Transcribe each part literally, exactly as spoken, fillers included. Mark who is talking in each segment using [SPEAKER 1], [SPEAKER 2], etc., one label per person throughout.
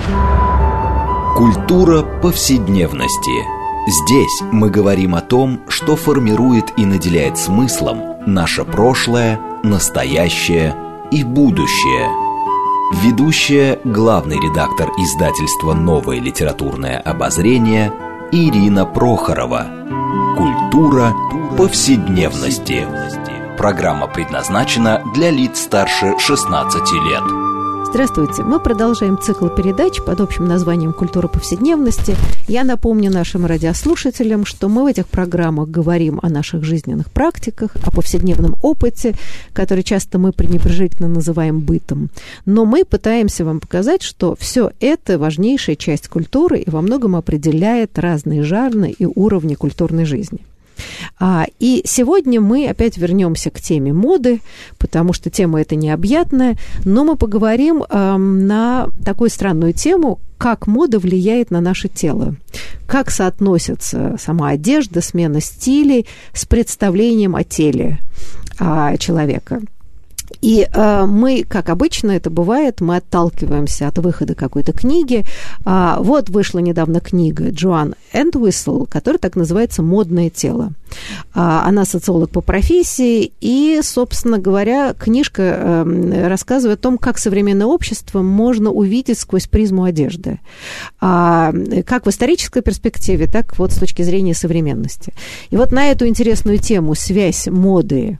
[SPEAKER 1] Культура повседневности. Здесь мы говорим о том, что формирует и наделяет смыслом наше прошлое, настоящее и будущее. Ведущая, главный редактор издательства «Новое литературное обозрение» Ирина Прохорова. Культура повседневности. Программа предназначена для лиц старше шестнадцати лет.
[SPEAKER 2] Здравствуйте. Мы продолжаем цикл передач под общим названием «Культура повседневности». Я напомню нашим радиослушателям, что мы в этих программах говорим о наших жизненных практиках, о повседневном опыте, который часто мы пренебрежительно называем бытом. Но мы пытаемся вам показать, что все это важнейшая часть культуры и во многом определяет разные жанры и уровни культурной жизни. А, и сегодня мы опять вернемся к теме моды, потому что тема эта необъятная, но мы поговорим а, на такую странную тему, как мода влияет на наше тело, как соотносится сама одежда, смена стилей с представлением о теле а, человека. И э, мы, как обычно это бывает, мы отталкиваемся от выхода какой-то книги. А, вот вышла недавно книга Джоан Энтвисл, которая так называется «Модное тело». А, она социолог по профессии, и, собственно говоря, книжка э, рассказывает о том, как современное общество можно увидеть сквозь призму одежды. А, как в исторической перспективе, так вот с точки зрения современности. И вот на эту интересную тему связь моды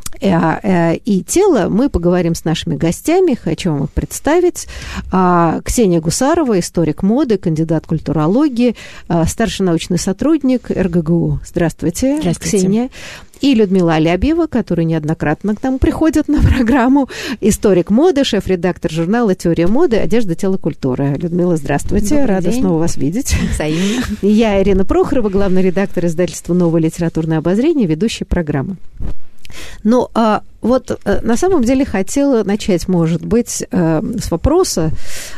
[SPEAKER 2] и тело мы поговорим с нашими гостями. Хочу вам их представить. Ксения Гусарова, историк моды, кандидат культурологии, старший научный сотрудник эр гэ гэ у. Здравствуйте,
[SPEAKER 3] Здравствуйте.
[SPEAKER 2] Ксения. И Людмила Алябьева, которая неоднократно к нам приходит на программу, историк моды, шеф-редактор журнала «Теория моды. Одежда, тело, культура». Людмила, здравствуйте. Добрый Рада день. Снова вас видеть.
[SPEAKER 3] Взаимно.
[SPEAKER 2] Я Ирина Прохорова, главный редактор издательства «Новое литературное обозрение», ведущая программы. Ну, а, вот на самом деле хотела начать, может быть, с вопроса,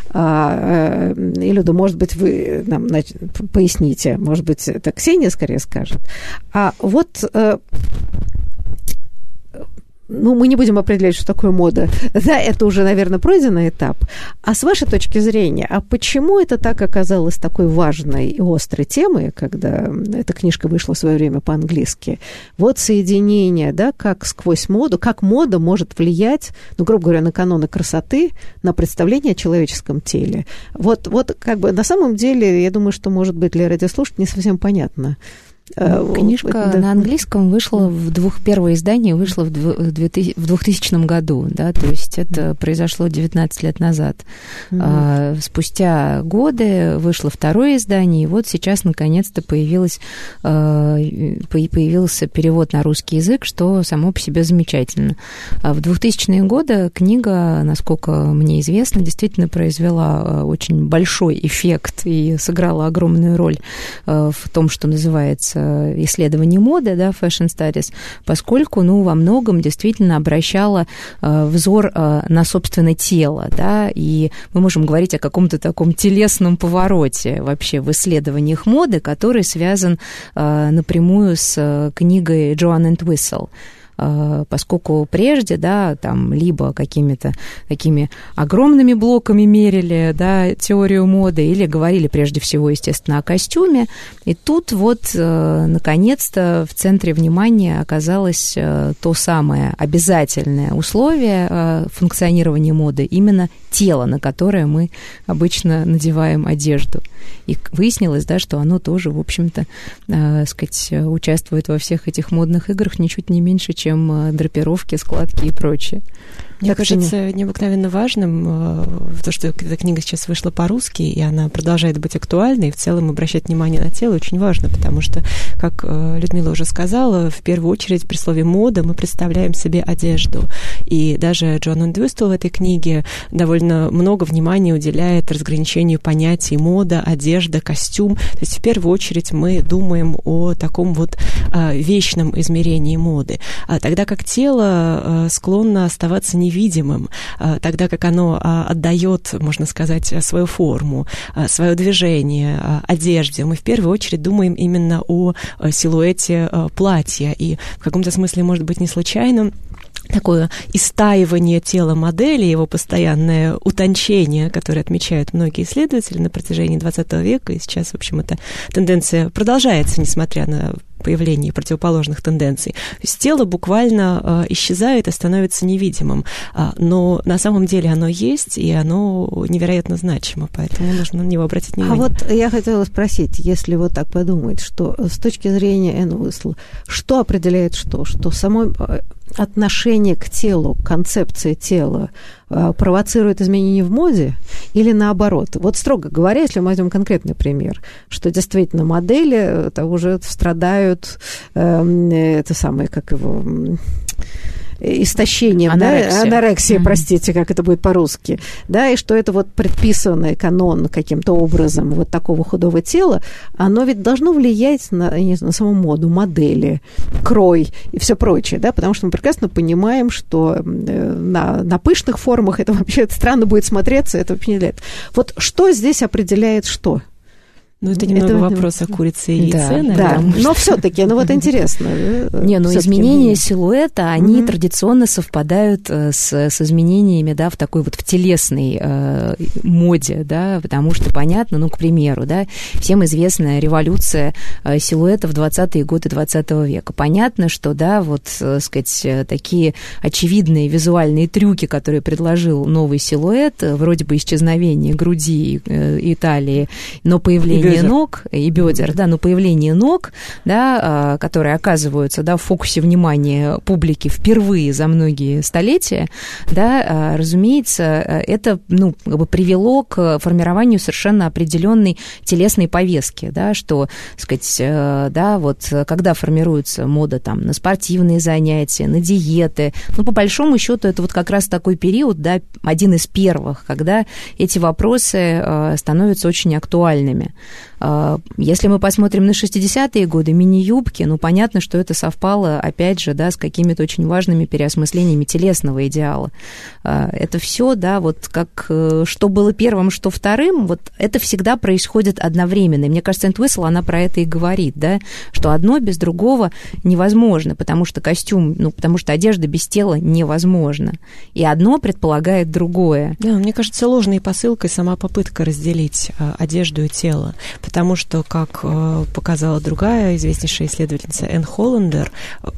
[SPEAKER 2] а, и, Люда, может быть, вы нам поясните, может быть, это Ксения скорее скажет. А вот... Ну, мы не будем определять, что такое мода. Да, это уже, наверное, пройденный этап. А с вашей точки зрения, а почему это так оказалось такой важной и острой темой, когда эта книжка вышла в свое время по-английски? Вот соединение, да, как сквозь моду, как мода может влиять, ну, грубо говоря, на каноны красоты, на представление о человеческом теле. Вот, вот как бы на самом деле, я думаю, что, может быть, для радиослушателей не совсем понятно.
[SPEAKER 3] Книжка да. на английском вышла в двух... Первое издание вышло в двухтысячном году, да, то есть это mm. произошло девятнадцать лет назад. Mm. А, спустя годы вышло второе издание, и вот сейчас наконец-то появилось, появился перевод на русский язык, что само по себе замечательно. А в двухтысячные годы книга, насколько мне известно, действительно произвела очень большой эффект и сыграла огромную роль в том, что называется исследование моды, да, Fashion Studies, поскольку, ну, во многом действительно обращала э, взор э, на собственное тело, да, и мы можем говорить о каком-то таком телесном повороте вообще в исследованиях моды, который связан э, напрямую с э, книгой Джоан Энтвисл. Поскольку прежде, да, там, либо какими-то такими огромными блоками мерили, да, теорию моды, или говорили прежде всего, естественно, о костюме, и тут вот, наконец-то, в центре внимания оказалось то самое обязательное условие функционирования моды, именно тело, на которое мы обычно надеваем одежду. И выяснилось, да, что оно тоже, в общем-то, э, сказать, участвует во всех этих модных играх ничуть не меньше, чем драпировки, складки и прочее.
[SPEAKER 4] Мне так кажется необыкновенно важным то, что эта книга сейчас вышла по-русски, и она продолжает быть актуальной, и в целом обращать внимание на тело очень важно, потому что, как Людмила уже сказала, в первую очередь при слове «мода» мы представляем себе одежду. И даже Джоан Энтвисл в этой книге довольно много внимания уделяет разграничению понятий мода, одежда, костюм. То есть в первую очередь мы думаем о таком вот вечном измерении моды. Тогда как тело склонно оставаться не невидимым, тогда как оно отдает, можно сказать, свою форму, свое движение одежде. Мы в первую очередь думаем именно о силуэте платья. И в каком-то смысле, может быть, не случайно такое истаивание тела модели, его постоянное утончение, которое отмечают многие исследователи на протяжении двадцатого века, и сейчас, в общем, эта тенденция продолжается, несмотря на появление противоположных тенденций. То есть тело буквально э, исчезает и становится невидимым, а, но на самом деле оно есть, и оно невероятно значимо, поэтому нужно на него обратить внимание.
[SPEAKER 2] А вот я хотела спросить, если вот так подумать, что с точки зрения Энн Уисл, что определяет что? Что само отношение к телу, концепция тела провоцирует изменения в моде или наоборот? Вот строго говоря, если мы возьмем конкретный пример, что действительно модели того же страдают, э, это самое, как его... истощением, анорексия, да? анорексия mm-hmm. простите, как это будет по-русски, да, и что это вот предписанный канон каким-то образом вот такого худого тела, оно ведь должно влиять на, не знаю, на саму моду, модели, крой и все прочее, да, потому что мы прекрасно понимаем, что на, на пышных формах это вообще странно будет смотреться, это вообще не для этого. Вот что здесь определяет что?
[SPEAKER 4] Ну, это немного это... вопрос о курице и яйце,
[SPEAKER 2] да, да. Но все-таки, ну вот интересно.
[SPEAKER 3] Не, ну изменения силуэта, они традиционно совпадают с, с изменениями, да, в такой вот в телесной э, моде, да, потому что понятно, ну, к примеру, да, всем известная революция э, силуэта в двадцатые годы двадцатого века. Понятно, что, да, вот, э, сказать, такие очевидные визуальные трюки, которые предложил новый силуэт, вроде бы исчезновение груди э, и талии, но появление Бедер. ног и бедер, да, но появление ног, да, которые оказываются, да, в фокусе внимания публики впервые за многие столетия, да, разумеется, это, ну, как бы привело к формированию совершенно определенной телесной повестки, да, что, так сказать, да, вот когда формируется мода там на спортивные занятия, на диеты, ну, по большому счету, это вот как раз такой период, да, один из первых, когда эти вопросы становятся очень актуальными. Если мы посмотрим на шестидесятые годы, мини-юбки, ну, понятно, что это совпало, опять же, да, с какими-то очень важными переосмыслениями телесного идеала. Это все, да, вот как, что было первым, что вторым, вот это всегда происходит одновременно. И мне кажется, Энн Уисл, она про это и говорит, да, что одно без другого невозможно, потому что костюм, ну, потому что одежда без тела невозможна. И одно предполагает другое.
[SPEAKER 4] Да, мне кажется, ложной посылкой сама попытка разделить одежду и тело. Потому что, как показала другая известнейшая исследовательница Энн Холландер,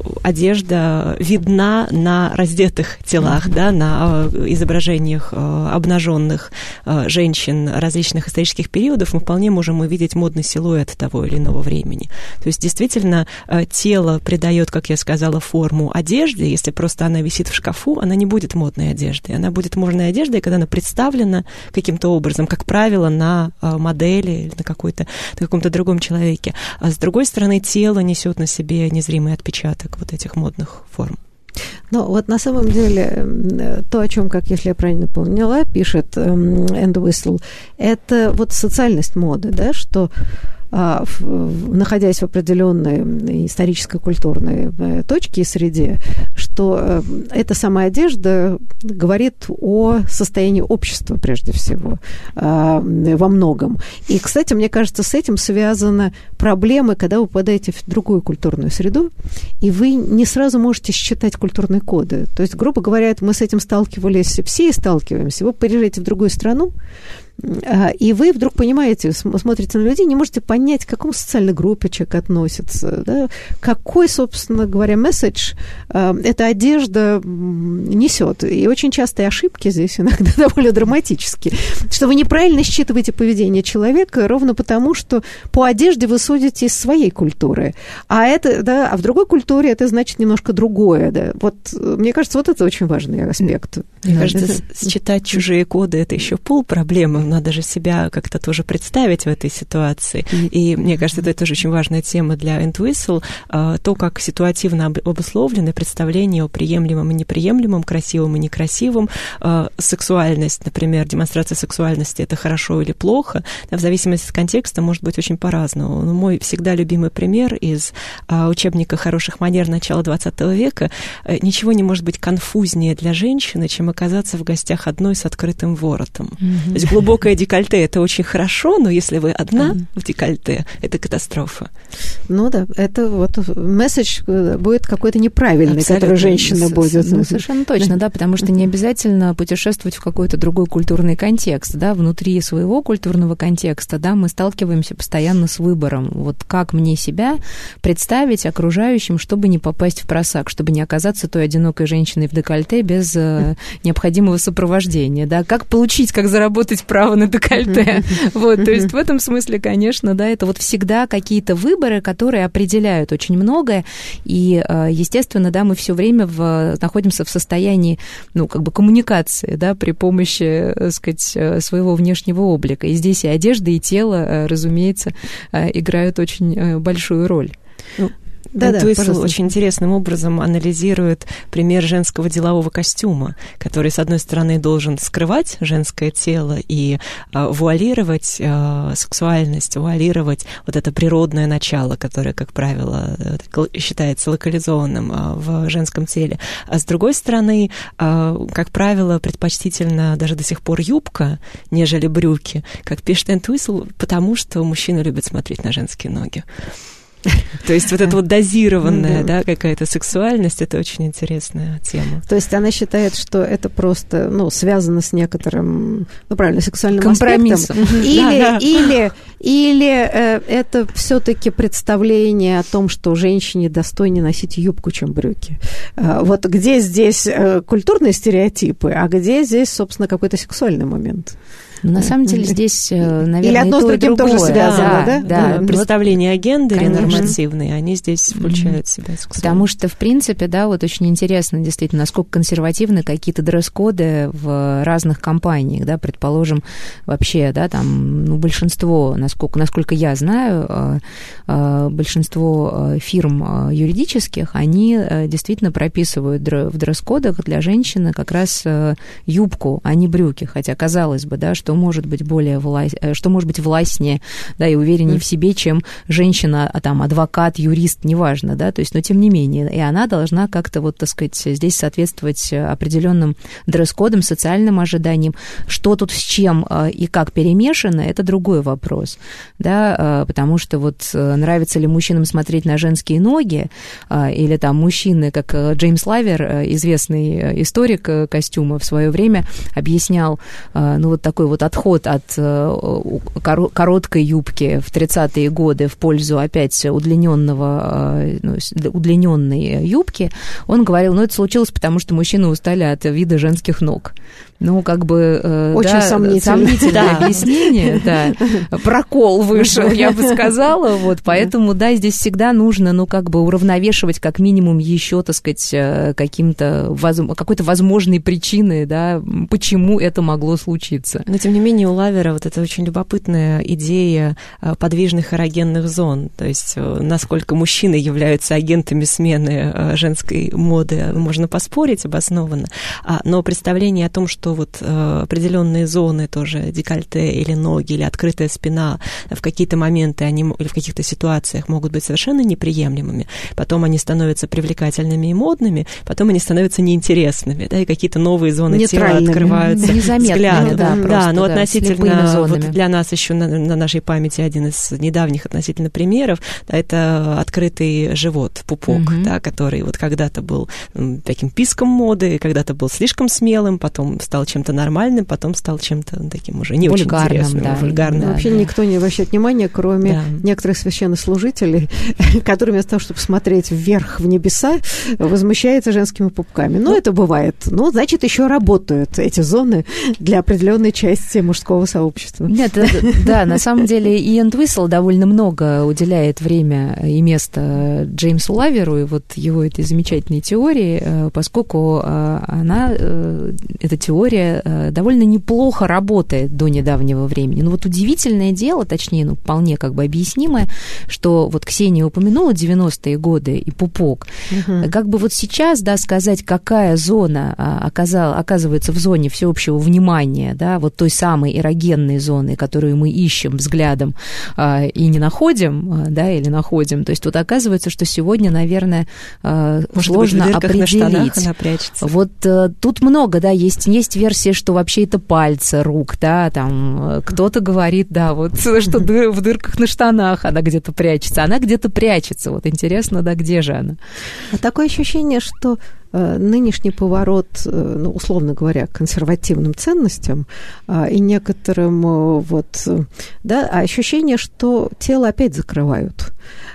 [SPEAKER 4] одежда видна на раздетых телах, mm-hmm. да, на изображениях обнаженных женщин различных исторических периодов. Мы вполне можем увидеть модный силуэт того или иного времени. То есть, действительно, тело придает, как я сказала, форму одежде. Если просто она висит в шкафу, она не будет модной одеждой. Она будет модной одеждой, когда она представлена каким-то образом, как правило, на модели или на какой-то на каком-то другом человеке. А с другой стороны, тело несет на себе незримый отпечаток вот этих модных форм.
[SPEAKER 2] Ну, вот на самом деле то, о чем, как если я правильно поняла, пишет Энн Уисл, это вот социальность моды, да, что находясь в определенной исторической культурной точке и среде, что эта самая одежда говорит о состоянии общества прежде всего во многом. И, кстати, мне кажется, с этим связаны проблемы, когда вы попадаете в другую культурную среду, и вы не сразу можете считать культурные коды. То есть, грубо говоря, мы с этим сталкивались, все и сталкиваемся. Вы приезжаете в другую страну, и вы вдруг понимаете, смотрите на людей, не можете понять, к какому социальной группе человек относится, да, какой, собственно говоря, месседж эта одежда несет. И очень частые ошибки здесь иногда довольно драматические, что вы неправильно считываете поведение человека ровно потому, что по одежде вы судите из своей культуры, а, это, да, а в другой культуре это значит немножко другое. Да. Вот, мне кажется, вот это очень важный аспект.
[SPEAKER 4] Мне да, кажется, это... считать чужие коды – это еще пол проблемы. Надо же себя как-то тоже представить в этой ситуации. И мне кажется, это тоже очень важная тема для Энн Уисл, то, как ситуативно обусловлены представления о приемлемом и неприемлемом, красивом и некрасивом. Сексуальность, например, демонстрация сексуальности – это хорошо или плохо, в зависимости от контекста может быть очень по-разному. Но мой всегда любимый пример из учебника «Хороших манер» начала двадцатого века – ничего не может быть конфузнее для женщины, чем оказаться в гостях одной с открытым воротом. Mm-hmm. То есть глубокое широкое декольте – это очень хорошо, но если вы одна в декольте, это катастрофа.
[SPEAKER 2] Ну да, это вот месседж будет какой-то неправильный, абсолютно, который женщина будет.
[SPEAKER 3] Ну, совершенно точно, да, потому что не обязательно путешествовать в какой-то другой культурный контекст, да, внутри своего культурного контекста, да, мы сталкиваемся постоянно с выбором, вот как мне себя представить окружающим, чтобы не попасть в просак, чтобы не оказаться той одинокой женщиной в декольте без э, необходимого сопровождения, да, как получить, как заработать право на декольте, вот, то есть в этом смысле, конечно, да, это вот всегда какие-то выборы, которые определяют очень многое, и, естественно, да, мы все время в, находимся в состоянии, ну, как бы коммуникации, да, при помощи, так сказать, своего внешнего облика, и здесь и одежда, и тело, разумеется, играют очень большую роль.
[SPEAKER 4] Да, да, Твисл очень интересным образом анализирует пример женского делового костюма, который, с одной стороны, должен скрывать женское тело и э, вуалировать э, сексуальность, вуалировать вот это природное начало, которое, как правило, считается локализованным э, в женском теле. А с другой стороны, э, как правило, предпочтительно даже до сих пор юбка, нежели брюки, как пишет Энн Твисл, потому что мужчины любят смотреть на женские ноги. То есть вот эта вот дозированная, да, какая-то сексуальность, это очень интересная тема.
[SPEAKER 2] То есть она считает, что это просто, ну, связано с некоторым, ну, правильно, сексуальным
[SPEAKER 3] компромиссом.
[SPEAKER 2] Аспектом. Или, или, или э, это все-таки представление о том, что женщине достойнее носить юбку, чем брюки. Э, вот где здесь э, культурные стереотипы, а где здесь, собственно, какой-то сексуальный момент?
[SPEAKER 3] На самом деле здесь, наверное,
[SPEAKER 2] или одно
[SPEAKER 3] и
[SPEAKER 2] с
[SPEAKER 3] то,
[SPEAKER 2] другим
[SPEAKER 3] и другое.
[SPEAKER 2] тоже связано, да?
[SPEAKER 3] Да, да.
[SPEAKER 4] Представления о гендере нормативные, они здесь включают в себя сексуальность.
[SPEAKER 3] Потому что, в принципе, да, вот очень интересно, действительно, насколько консервативны какие-то дресс-коды в разных компаниях, да, предположим, вообще, да, там, ну, большинство, насколько, насколько я знаю, большинство фирм юридических, они действительно прописывают в дресс-кодах для женщины как раз юбку, а не брюки, хотя, казалось бы, да, что может быть более власть, что может быть властнее, да, и увереннее mm. в себе, чем женщина, а там, адвокат, юрист, неважно, да, то есть, но тем не менее, и она должна как-то, вот, так сказать, здесь соответствовать определенным дресс-кодам, социальным ожиданиям. Что тут с чем и как перемешано, это другой вопрос, да, потому что вот нравится ли мужчинам смотреть на женские ноги, или там мужчины, как Джеймс Лавер, известный историк костюма, в свое время объяснял, ну, вот такой вот отход от короткой юбки в тридцатые годы в пользу опять удлиненного, ну, удлиненной юбки, он говорил, ну, это случилось, потому что мужчины устали от вида женских ног. Ну, как бы...
[SPEAKER 2] Очень да, сомнительное,
[SPEAKER 3] сомнительное объяснение, да. Прокол вышел, я бы сказала, вот, поэтому, да, здесь всегда нужно, ну, как бы уравновешивать как минимум еще, так сказать, каким-то, какой-то возможной причиной, да, почему это могло случиться.
[SPEAKER 4] Но, тем не менее, у Лавера вот это очень любопытная идея подвижных эрогенных зон, то есть насколько мужчины являются агентами смены женской моды, можно поспорить обоснованно, но представление о том, что вот определенные зоны тоже, декольте или ноги, или открытая спина, в какие-то моменты они, или в каких-то ситуациях могут быть совершенно неприемлемыми, потом они становятся привлекательными и модными, потом они становятся неинтересными, да, и какие-то новые зоны тела открываются взгляду. Да,
[SPEAKER 3] Просто,
[SPEAKER 4] да, но
[SPEAKER 3] да,
[SPEAKER 4] относительно, вот для нас еще на, на нашей памяти один из недавних относительно примеров, да, это открытый живот, пупок, mm-hmm. да, который вот когда-то был м, таким писком моды, когда-то был слишком смелым, потом стал чем-то нормальным, потом стал чем-то таким уже не
[SPEAKER 3] вульгарным,
[SPEAKER 4] очень интересным,
[SPEAKER 3] да.
[SPEAKER 4] вульгарным.
[SPEAKER 2] Да, вообще
[SPEAKER 4] да.
[SPEAKER 2] никто не обращает внимания, кроме
[SPEAKER 4] да.
[SPEAKER 2] некоторых священнослужителей, которые вместо того, чтобы смотреть вверх в небеса, возмущаются женскими пупками. Ну, это бывает. Ну, значит, еще работают эти зоны для определенной части мужского сообщества.
[SPEAKER 3] Нет, да, на самом деле и Энн Твисл довольно много уделяет время и место Джеймсу Лаверу и вот его этой замечательной теории, поскольку она, эта теория довольно неплохо работает до недавнего времени. Ну вот удивительное дело, точнее, ну вполне как бы объяснимое, что вот Ксения упомянула девяностые годы и пупок. Угу. Как бы вот сейчас, да, сказать, какая зона оказала, оказывается в зоне всеобщего внимания, да, вот той самой эрогенной зоны, которую мы ищем взглядом а, и не находим, да, или находим. То есть вот оказывается, что сегодня, наверное, а,
[SPEAKER 4] Может
[SPEAKER 3] сложно
[SPEAKER 4] быть, в дырках
[SPEAKER 3] определить.
[SPEAKER 4] На штанах она прячется.
[SPEAKER 3] Вот а, тут много, да, есть, есть версия, что вообще это пальцы рук, да, там кто-то говорит, да, вот что в дырках на штанах она где-то прячется, она где-то прячется, вот интересно, да, где же она?
[SPEAKER 2] А такое ощущение, что нынешний поворот, ну, условно говоря, к консервативным ценностям и некоторым вот, да, ощущение, что тело опять закрывают.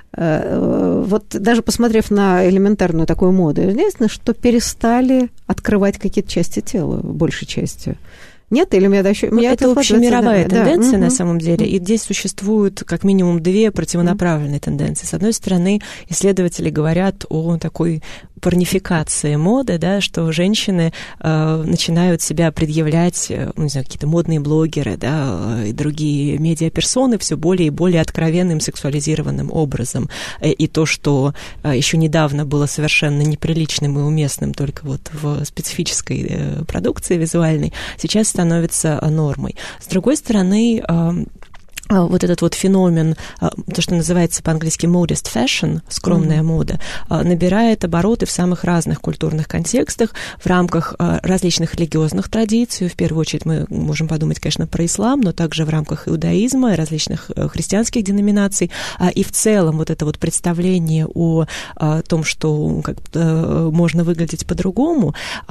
[SPEAKER 2] Вот даже посмотрев на элементарную такую моду, известно, что перестали открывать какие-то части тела, большей частью. Нет? Или у меня, еще,
[SPEAKER 4] ну,
[SPEAKER 2] меня
[SPEAKER 4] это общемировая
[SPEAKER 2] да,
[SPEAKER 4] тенденция,
[SPEAKER 2] да.
[SPEAKER 4] на
[SPEAKER 2] угу.
[SPEAKER 4] самом деле. И здесь существуют как минимум две противонаправленные угу. тенденции. С одной стороны, исследователи говорят о такой порнификации моды, да, что женщины э, начинают себя предъявлять, ну, не знаю, какие-то модные блогеры, да, и другие медиаперсоны все более и более откровенным сексуализированным образом. И то, что э, еще недавно было совершенно неприличным и уместным только вот в специфической э, продукции визуальной, сейчас становится нормой. С другой стороны, э, вот этот вот феномен, то, что называется по-английски modest fashion, скромная mm-hmm. мода, набирает обороты в самых разных культурных контекстах, в рамках различных религиозных традиций. В первую очередь мы можем подумать, конечно, про ислам, но также в рамках иудаизма и различных христианских деноминаций. И в целом вот это вот представление о том, что как-то можно выглядеть по-другому,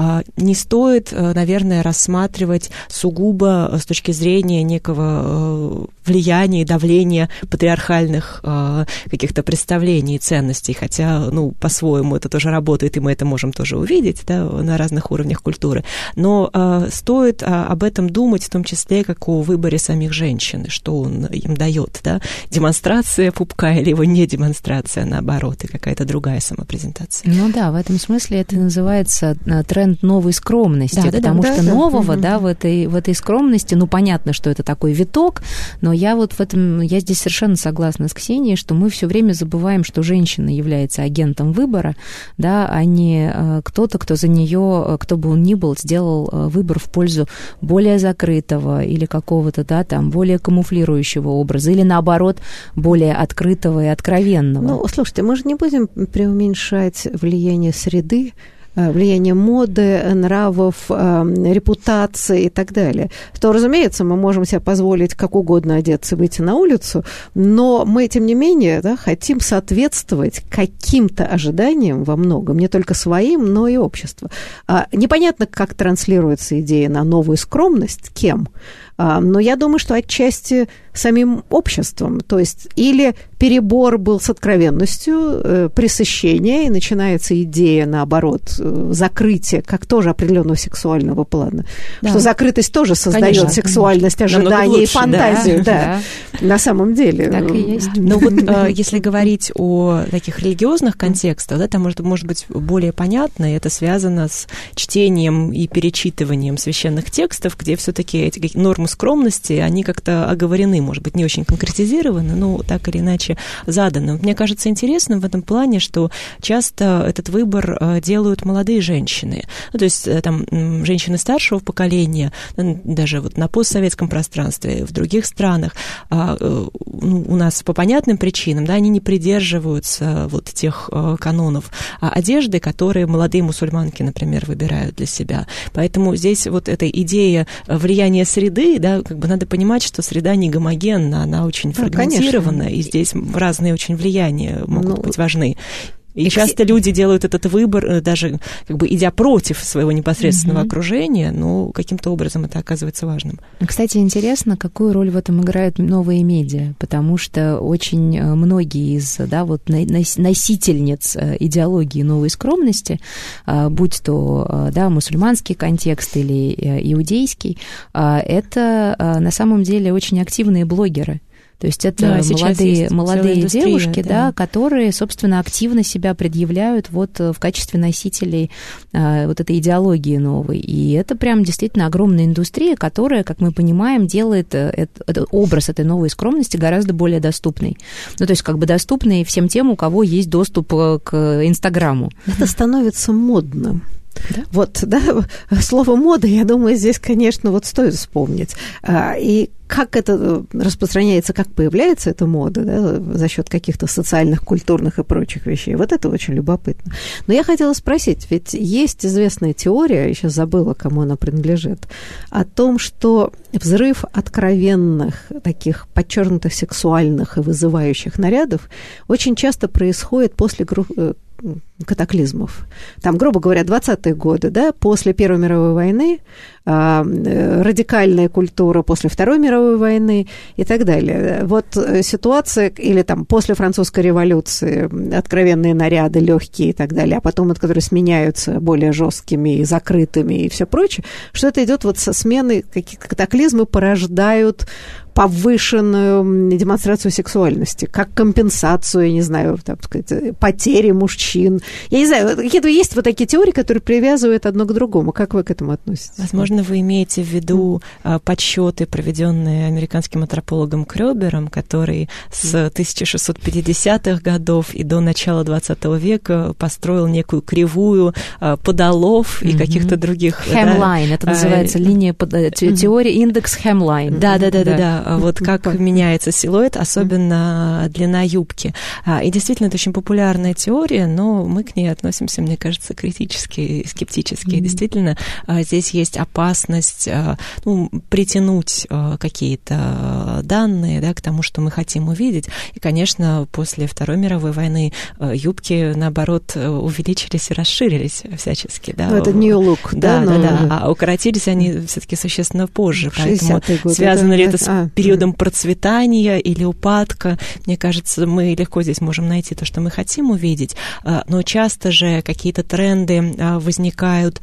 [SPEAKER 4] не стоит, наверное, рассматривать сугубо с точки зрения некого влияния влияние и давление патриархальных э, каких-то представлений и ценностей, хотя, ну, по-своему это тоже работает, и мы это можем тоже увидеть, да, на разных уровнях культуры. Но э, стоит э, об этом думать, в том числе, как о выборе самих женщин, что он им дает, да, демонстрация пупка или его не демонстрация, наоборот, и какая-то другая самопрезентация.
[SPEAKER 3] Ну да, в этом смысле это называется тренд новой скромности, да, потому да, что
[SPEAKER 2] да,
[SPEAKER 3] нового,
[SPEAKER 2] да,
[SPEAKER 3] да, в этой, в этой скромности, ну, понятно, что это такой виток, но я вот в этом, я здесь совершенно согласна с Ксенией, что мы все время забываем, что женщина является агентом выбора, да, а не кто-то, кто за нее, кто бы он ни был, сделал выбор в пользу более закрытого или какого-то, да, там, более камуфлирующего образа, или наоборот, более открытого и откровенного.
[SPEAKER 2] Ну, слушайте, мы же не будем преуменьшать влияние среды, влияние моды, нравов, репутации и так далее. То, разумеется, мы можем себе позволить как угодно одеться, выйти на улицу, но мы, тем не менее, да, хотим соответствовать каким-то ожиданиям во многом, не только своим, но и обществу. Непонятно, как транслируется идея на новую скромность, кем, но я думаю, что отчасти самим обществом. То есть или перебор был с откровенностью, пресыщение, и начинается идея, наоборот, закрытия, как тоже определенного сексуального плана. Да. Что закрытость тоже создает конечно, сексуальность, конечно. Ожидание лучше, и фантазию. Да, да, да. На самом деле.
[SPEAKER 3] Так и есть.
[SPEAKER 4] Но вот если говорить о таких религиозных контекстах, да, там может, может быть более понятно, и это связано с чтением и перечитыванием священных текстов, где все-таки эти нормы скромности, они как-то оговорены, может быть, не очень конкретизированы, но так или иначе заданы. Мне кажется интересным в этом плане, что часто этот выбор делают молодые женщины. Ну, то есть там женщины старшего поколения, даже вот на постсоветском пространстве, в других странах, ну, у нас по понятным причинам, да, они не придерживаются вот тех канонов одежды, которые молодые мусульманки, например, выбирают для себя. Поэтому здесь вот эта идея влияния среды, да, как бы надо понимать, что среда не гомогенна, она очень фрагментирована, ну, и здесь разные очень влияния могут ну, быть важны. И часто люди делают этот выбор, даже как бы идя против своего непосредственного угу. окружения, но каким-то образом это оказывается важным.
[SPEAKER 3] Кстати, интересно, какую роль в этом играют новые медиа, потому что очень многие из, да, вот носительниц идеологии новой скромности, будь то, да, мусульманский контекст или иудейский, это на самом деле очень активные блогеры. То есть это да, молодые, молодые девушки, да. Да, которые, собственно, активно себя предъявляют вот в качестве носителей а, вот этой идеологии новой. И это прям действительно огромная индустрия, которая, как мы понимаем, делает этот, этот образ этой новой скромности гораздо более доступной. Ну, то есть как бы доступной всем тем, у кого есть доступ к Инстаграму.
[SPEAKER 2] Это становится модным. Да? Вот, да, слово «мода», я думаю, здесь, конечно, вот стоит вспомнить. И как это распространяется, как появляется эта мода, да, за счет каких-то социальных, культурных и прочих вещей. Вот это очень любопытно. Но я хотела спросить, ведь есть известная теория, я сейчас забыла, кому она принадлежит, о том, что взрыв откровенных, таких подчеркнутых сексуальных и вызывающих нарядов очень часто происходит после группы катаклизмов. Там, грубо говоря, двадцатые годы, да, после Первой мировой войны, э, радикальная культура после Второй мировой войны и так далее. Вот ситуация, или там после Французской революции, откровенные наряды, легкие и так далее, а потом, от которые сменяются более жесткими и закрытыми и все прочее, что это идет вот со сменой, какие катаклизмы порождают повышенную демонстрацию сексуальности, как компенсацию, я не знаю, так сказать, потери мужчин. Я не знаю, какие-то есть вот такие теории, которые привязывают одно к другому. Как вы к этому относитесь?
[SPEAKER 4] Возможно, вы имеете в виду mm. подсчеты, проведенные американским антропологом Крёбером, который с тысяча шестьсот пятидесятых годов и до начала двадцатого века построил некую кривую подолов mm-hmm. и каких-то других...
[SPEAKER 3] Хемлайн, да, это называется а, линия, mm-hmm. теория индекс Хемлайн.
[SPEAKER 4] Да-да-да-да. Вот как меняется силуэт, особенно длина юбки. И действительно, это очень популярная теория, но мы к ней относимся, мне кажется, критически и скептически. Mm-hmm. Действительно, здесь есть опасность, ну, притянуть какие-то данные, да, к тому, что мы хотим увидеть. И, конечно, после Второй мировой войны юбки, наоборот, увеличились и расширились всячески. Да.
[SPEAKER 2] Ну, это new look,
[SPEAKER 4] да? Да,
[SPEAKER 2] но...
[SPEAKER 4] да, да. А укоротились они все-таки существенно позже. Поэтому
[SPEAKER 2] годы,
[SPEAKER 4] связано
[SPEAKER 2] да,
[SPEAKER 4] ли это
[SPEAKER 2] да.
[SPEAKER 4] с
[SPEAKER 2] а.
[SPEAKER 4] периодом процветания или упадка? Мне кажется, мы легко здесь можем найти то, что мы хотим увидеть, но часто же какие-то тренды возникают,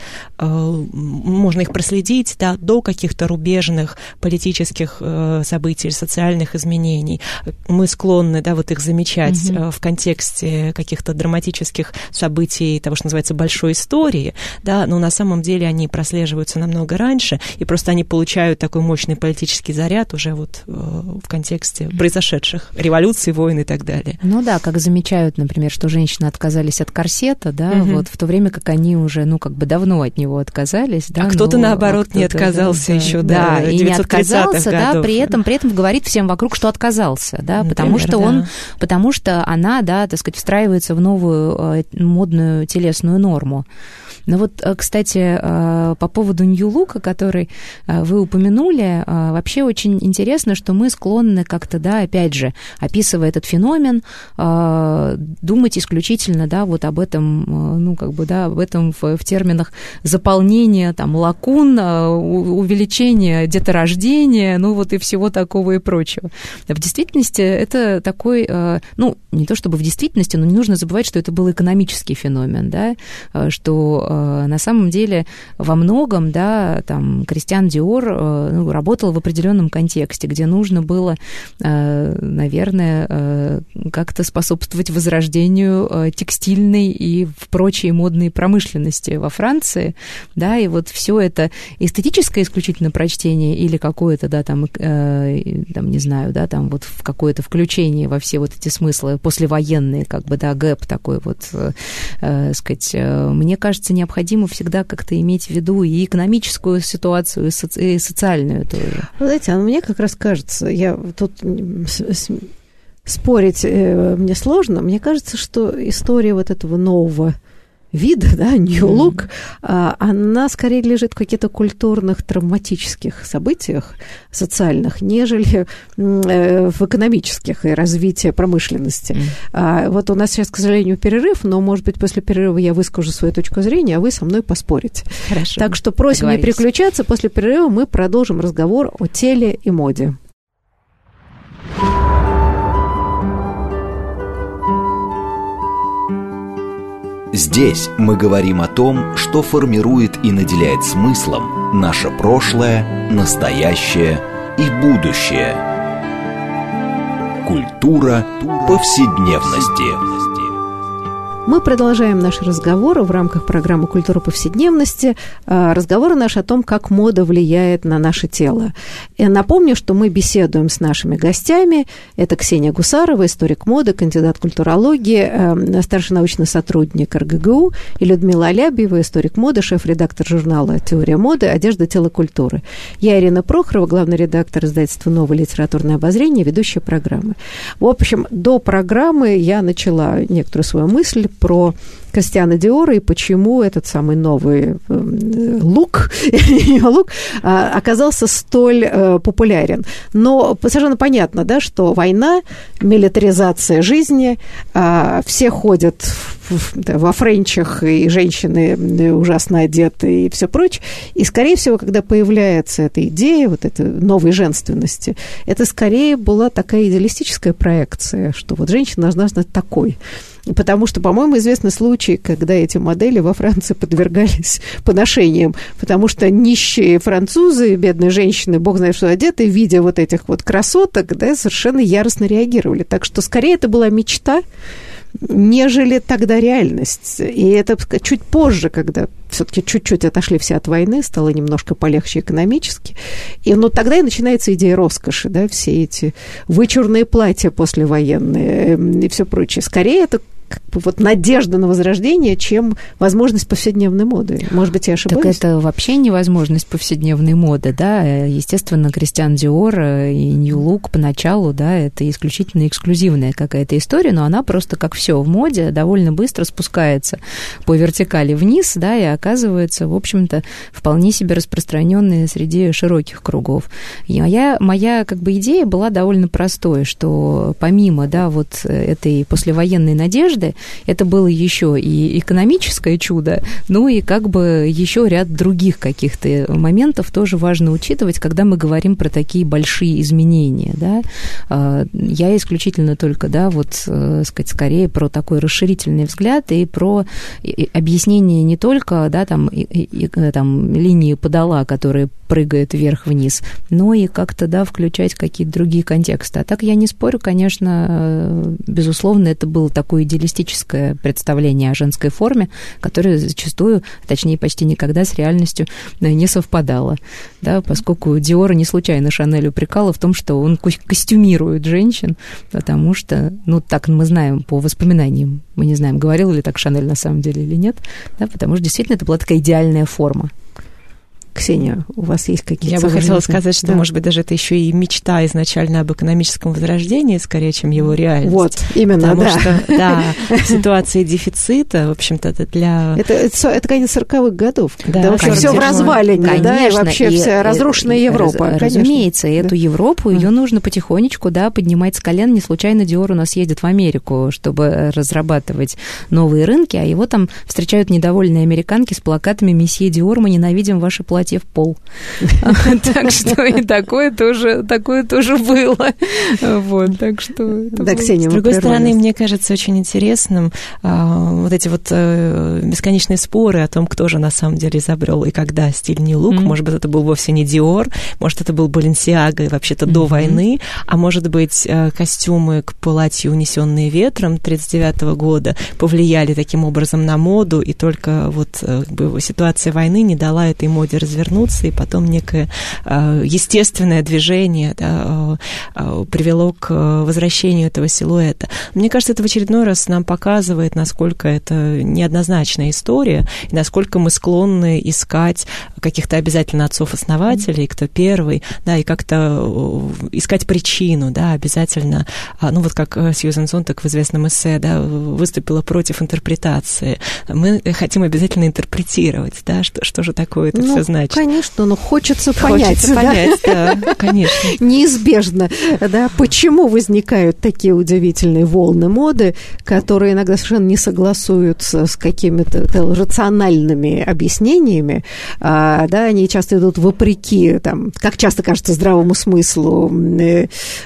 [SPEAKER 4] можно их проследить, да, до каких-то рубежных политических событий, социальных изменений. Мы склонны, да, вот их замечать mm-hmm. в контексте каких-то драматических событий, того, что называется большой истории, да, но на самом деле они прослеживаются намного раньше, и просто они получают такой мощный политический заряд уже вот в контексте произошедших революций, войн и так далее.
[SPEAKER 3] Ну да, как замечают, например, что женщины отказались от корсета, да, mm-hmm. вот в то время как они уже, ну, как бы давно от него отказались, да.
[SPEAKER 4] А кто-то,
[SPEAKER 3] ну,
[SPEAKER 4] наоборот, а кто-то, не отказался да, еще
[SPEAKER 3] да,
[SPEAKER 4] до
[SPEAKER 3] и не отказался,
[SPEAKER 4] годов.
[SPEAKER 3] Да, при этом, при этом говорит всем вокруг, что отказался, да,
[SPEAKER 4] Например,
[SPEAKER 3] потому что
[SPEAKER 4] да.
[SPEAKER 3] он, потому что она, да, так сказать, встраивается в новую модную телесную норму. Ну вот, кстати, по поводу нью-лука, который вы упомянули, вообще очень интересно, что мы склонны как-то, да, опять же, описывая этот феномен, думать исключительно, да, вот об этом, ну, как бы, да, об этом в, в терминах заполнения, там, лакун, увеличения деторождения, ну, вот и всего такого и прочего. В действительности это такой, ну, не то чтобы в действительности, но не нужно забывать, что это был экономический феномен, да, что на самом деле во многом, да, там, Кристиан Диор ну, работал в определенном контексте, где нужно было, наверное, как-то способствовать возрождению текстильной и прочей модной промышленности во Франции, да, и вот все это эстетическое исключительно прочтение или какое-то, да, там, там, не знаю, да, там вот какое-то включение во все вот эти смыслы послевоенные, как бы, да, гэп такой вот, э, сказать, мне кажется, необходимо всегда как-то иметь в виду и экономическую ситуацию, и, соци- и социальную тоже.
[SPEAKER 2] Вы знаете, а мне как раз кажется, я тут спорить мне сложно, мне кажется, что история вот этого нового вида, да, New Look, mm-hmm. она скорее лежит в каких-то культурных, травматических событиях социальных, нежели в экономических и развитии промышленности. Mm-hmm. Вот у нас сейчас, к сожалению, перерыв, но, может быть, после перерыва я выскажу свою точку зрения, а вы со мной поспорите.
[SPEAKER 3] Хорошо.
[SPEAKER 2] Так что просим не переключаться. После перерыва мы продолжим разговор о теле и моде.
[SPEAKER 1] Здесь мы говорим о том, что формирует и наделяет смыслом наше прошлое, настоящее и будущее. Культура повседневности.
[SPEAKER 2] Мы продолжаем наш разговор в рамках программы «Культура повседневности». Разговор наш о том, как мода влияет на наше тело. И напомню, что мы беседуем с нашими гостями. Это Ксения Гусарова, историк моды, кандидат культурологии, старший научный сотрудник эр гэ гэ у, и Людмила Алябьева, историк моды, шеф-редактор журнала «Теория моды. Одежда, тело, культуры». Я Ирина Прохорова, главный редактор издательства «Новое литературное обозрение», ведущая программы. В общем, до программы я начала некоторую свою мысль про Кристиана Диора и почему этот самый новый лук, лук оказался столь популярен. Но совершенно понятно, да, что война, милитаризация жизни, все ходят во френчах, и женщины ужасно одеты, и все прочее. И, скорее всего, когда появляется эта идея вот этой новой женственности, это скорее была такая идеалистическая проекция, что вот женщина должна стать такой. Потому что, по-моему, известны случаи, когда эти модели во Франции подвергались поношениям, потому что нищие французы, бедные женщины, бог знает что одеты, видя вот этих вот красоток, да, совершенно яростно реагировали. Так что, скорее, это была мечта, нежели тогда реальность. И это чуть позже, когда все-таки чуть-чуть отошли все от войны, стало немножко полегче экономически. И, ну, тогда и начинается идея роскоши, да, все эти вычурные платья послевоенные и все прочее. Скорее, это как бы вот надежда на возрождение, чем возможность повседневной моды. Может быть, я ошибаюсь?
[SPEAKER 3] Так это вообще невозможность повседневной моды, да. Естественно, Кристиан Диор и Нью Лук поначалу, да, это исключительно эксклюзивная какая-то история, но она просто, как все в моде, довольно быстро спускается по вертикали вниз, да, и оказывается, в общем-то, вполне себе распространенная среди широких кругов. И моя, моя как бы идея была довольно простой, что помимо, да, вот этой послевоенной надежды, это было еще и экономическое чудо, ну и как бы еще ряд других каких-то моментов тоже важно учитывать, когда мы говорим про такие большие изменения, да. Я исключительно только, да, вот, сказать, скорее про такой расширительный взгляд и про объяснение не только, да, там, и, и, там линии подола, которые прыгают вверх-вниз, но и как-то, да, включать какие-то другие контексты. А так я не спорю, конечно, безусловно, это было такое идеалистическое представление о женской форме, которое зачастую, точнее, почти никогда с реальностью не совпадало, да, поскольку Диора не случайно Шанель упрекала в том, что он костюмирует женщин, потому что, ну, так мы знаем по воспоминаниям, мы не знаем, говорил ли так Шанель на самом деле или нет, да, потому что действительно это была такая идеальная форма.
[SPEAKER 2] Ксения, у вас есть какие-то...
[SPEAKER 4] Я бы хотела сказать, что, да, может быть, даже это еще и мечта изначально об экономическом возрождении, скорее, чем его реальность.
[SPEAKER 2] Вот, именно,
[SPEAKER 4] Потому
[SPEAKER 2] да.
[SPEAKER 4] что, да, в ситуации дефицита, в общем-то, это для...
[SPEAKER 2] Это, это, это конец сороковых годов, когда
[SPEAKER 4] да,
[SPEAKER 2] вообще все в развалине, конечно, да, и вообще и, вся разрушенная и, Европа.
[SPEAKER 3] Раз, разумеется, да. Эту Европу, ее mm. нужно потихонечку, да, поднимать с колен. Не случайно Диор у нас ездит в Америку, чтобы разрабатывать новые рынки, а его там встречают недовольные американки с плакатами «Месье Диор, мы ненавидим ваши платья в пол». Так что и такое тоже, такое тоже было. Вот, так что...
[SPEAKER 2] Да, Ксения,
[SPEAKER 4] с другой стороны, мне кажется очень интересным вот эти вот бесконечные споры о том, кто же на самом деле изобрел и когда стиль Нью Лук. Может быть, это был вовсе не Диор, может, это был Баленсиага, вообще-то до войны, а может быть, костюмы к платью, унесенные ветром тридцать девятого года, повлияли таким образом на моду, и только вот ситуация войны не дала этой моде развернуться, и потом некое э, естественное движение, да, э, привело к возвращению этого силуэта. Мне кажется, это в очередной раз нам показывает, насколько это неоднозначная история, и насколько мы склонны искать каких-то обязательно отцов-основателей, кто первый, да, и как-то искать причину, да, обязательно, ну вот как Сьюзен Сонтаг в известном эссе, да, выступила против интерпретации. Мы хотим обязательно интерпретировать, да, что, что же такое это
[SPEAKER 2] ну,
[SPEAKER 4] все значит.
[SPEAKER 2] Конечно, но хочется, понять.
[SPEAKER 4] Хочется понять, да, да, конечно.
[SPEAKER 2] Неизбежно, да, почему возникают такие удивительные волны моды, которые иногда совершенно не согласуются с какими-то рациональными объяснениями, а, да, они часто идут вопреки, там, как часто кажется, здравому смыслу, и,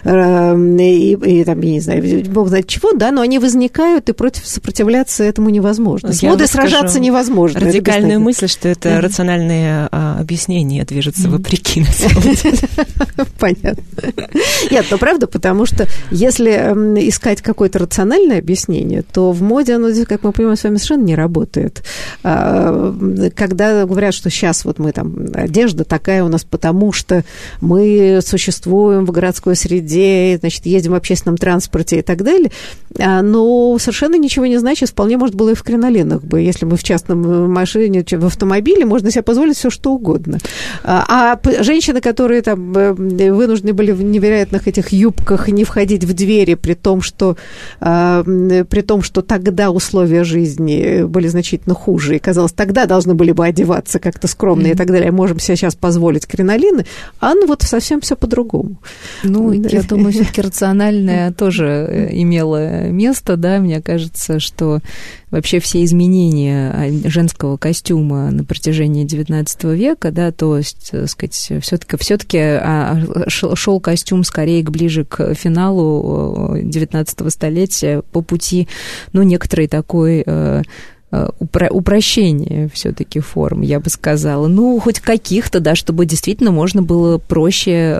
[SPEAKER 2] и, и там, я не знаю, бог знает чего, да, но они возникают, и против сопротивляться этому невозможно. С модой сражаться невозможно.
[SPEAKER 4] Радикальную мысль, что это mm-hmm. рациональные а, объяснения движутся mm-hmm. вопреки, на самом деле.
[SPEAKER 2] Понятно. Нет, ну правда, потому что если искать какое-то рациональное объяснение, то в моде оно, как мы понимаем, с вами совершенно не работает. Когда говорят, что сейчас вот мы там, одежда такая у нас, потому что мы существуем в городской среде, значит, едем в общественном транспорте и так далее, но совершенно ничего не значит, вполне может было и в кринолинах бы. Если мы в частном машине, в автомобиле, можно себе позволить все что угодно. А женщины, которые там вынуждены были в невероятных этих юбках не входить в двери, при том, что, при том, что тогда условия жизни были значительно хуже, и, казалось, тогда должны были бы одеваться как-то скромно mm-hmm. и так далее, можем себе сейчас позволить кринолины, а ну вот совсем все по-другому.
[SPEAKER 3] Ну, я думаю, все-таки рациональное тоже имело место, да, мне кажется, что вообще все изменения женского костюма на протяжении девятнадцатого века, да, то есть, так сказать, все-таки, все-таки шел костюм скорее ближе к финалу девятнадцатого столетия по пути, ну, некоторой такой Упро- упрощение все-таки форм, я бы сказала. Ну, хоть каких-то, да, чтобы действительно можно было проще,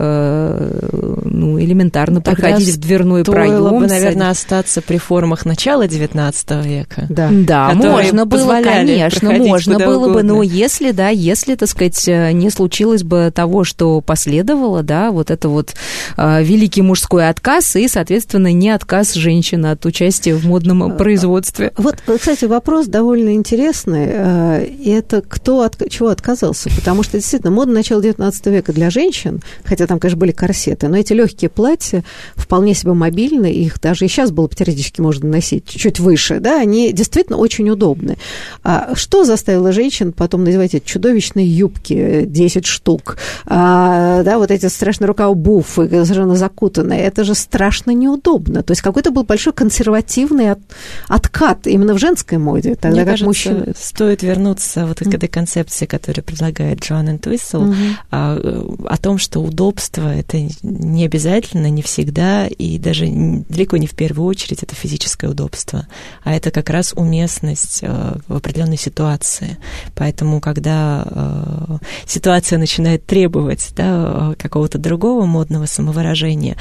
[SPEAKER 3] э, ну, элементарно тогда проходить в дверной проем.
[SPEAKER 4] Стоило бы, наверное, остаться при формах начала девятнадцатого века.
[SPEAKER 3] Да, да, можно было, конечно, можно было бы, но если, да, если, так сказать, не случилось бы того, что последовало, да, вот это вот э, великий мужской отказ и, соответственно, не отказ женщины от участия в модном производстве.
[SPEAKER 2] Вот, кстати, вопрос довольно интересный. Это кто от чего отказался? Потому что, действительно, мода начала девятнадцатого века для женщин, хотя там, конечно, были корсеты, но эти легкие платья вполне себе мобильны, их даже и сейчас было теоретически можно носить чуть выше, да, они действительно очень удобны. А что заставило женщин потом надевать эти чудовищные юбки, десять штук, а, да, вот эти страшные рукава-буфы, совершенно закутанные, это же страшно неудобно. То есть какой-то был большой консервативный от, откат именно в женской моде. Тогда
[SPEAKER 4] Мне
[SPEAKER 2] как
[SPEAKER 4] кажется,
[SPEAKER 2] мужчина...
[SPEAKER 4] стоит вернуться вот к этой концепции, которую предлагает Джоан Энтвисл, mm-hmm. о, о том, что удобство – это не обязательно, не всегда, и даже далеко не в первую очередь это физическое удобство, а это как раз уместность в определенной ситуации. Поэтому, когда ситуация начинает требовать, да, какого-то другого модного самовыражения,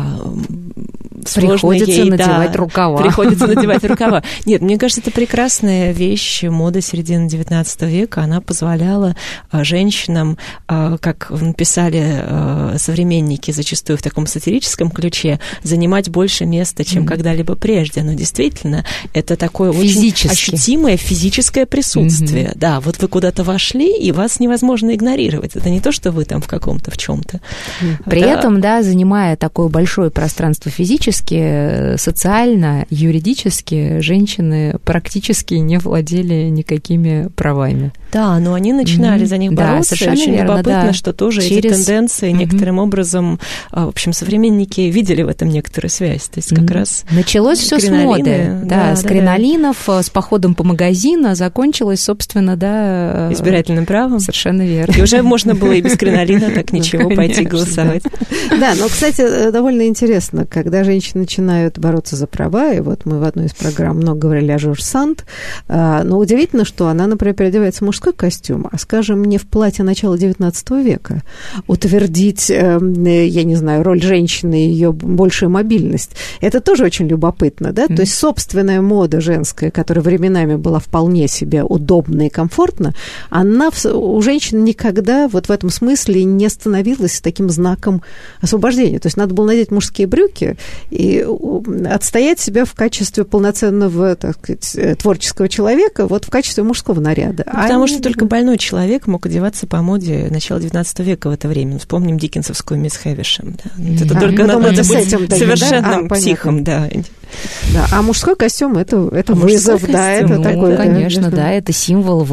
[SPEAKER 3] приходится ей, надевать
[SPEAKER 4] да,
[SPEAKER 3] рукава.
[SPEAKER 4] Приходится надевать рукава. Нет, мне кажется, это прекрасная вещь, мода середины девятнадцатого века, она позволяла женщинам, как написали современники зачастую в таком сатирическом ключе, занимать больше места, чем mm-hmm. когда-либо прежде. Но действительно, это такое
[SPEAKER 3] Физически.
[SPEAKER 4] очень ощутимое физическое присутствие. Mm-hmm. Да, вот вы куда-то вошли, и вас невозможно игнорировать. Это не то, что вы там в каком-то, в чем-то.
[SPEAKER 3] При
[SPEAKER 4] это...
[SPEAKER 3] этом, да, занимая такое большое пространство физически, социально, юридически, женщины практически не владели никакими правами.
[SPEAKER 4] Да, но они начинали mm-hmm. за них бороться. Да, очень верно, любопытно, да. что тоже Через... эти тенденции mm-hmm. некоторым образом, в общем, современники видели в этом некоторую связь. То есть как mm-hmm. раз
[SPEAKER 3] началось все с моды, да, да, с да, кринолинов, да. с походом по магазину, закончилось, собственно, да...
[SPEAKER 4] избирательным правом.
[SPEAKER 3] Совершенно верно.
[SPEAKER 4] И уже можно было и без кринолина так ничего пойти голосовать.
[SPEAKER 2] Да, но, кстати, довольно интересно, когда женщины начинают бороться за права, и вот мы в одной из программ много говорили о Жорж Санд, но удивительно, что она, например, переодевается в мужской костюм, а, скажем, не в платье начала девятнадцатого века. Утвердить, я не знаю, роль женщины и ее большую мобильность, это тоже очень любопытно, да? Mm-hmm. То есть собственная мода женская, которая временами была вполне себе удобна и комфортна, она у женщин никогда вот в этом смысле не становилась таким знаком освобождения. То есть надо было надеть мужские брюки и отстоять себя в качестве полноценного, так сказать, творческого человека, вот в качестве мужского наряда.
[SPEAKER 4] Ну, потому а что они... только больной человек мог одеваться по моде начала девятнадцатого века в это время. Вспомним диккенсовскую мисс Хэвишем. Да. Это а, только надо быть совершенным да? а, психом, да.
[SPEAKER 2] Да, а мужской костюм это, это вызов, костюм, да, это
[SPEAKER 3] ну,
[SPEAKER 2] такое.
[SPEAKER 3] Конечно, да, да, это символ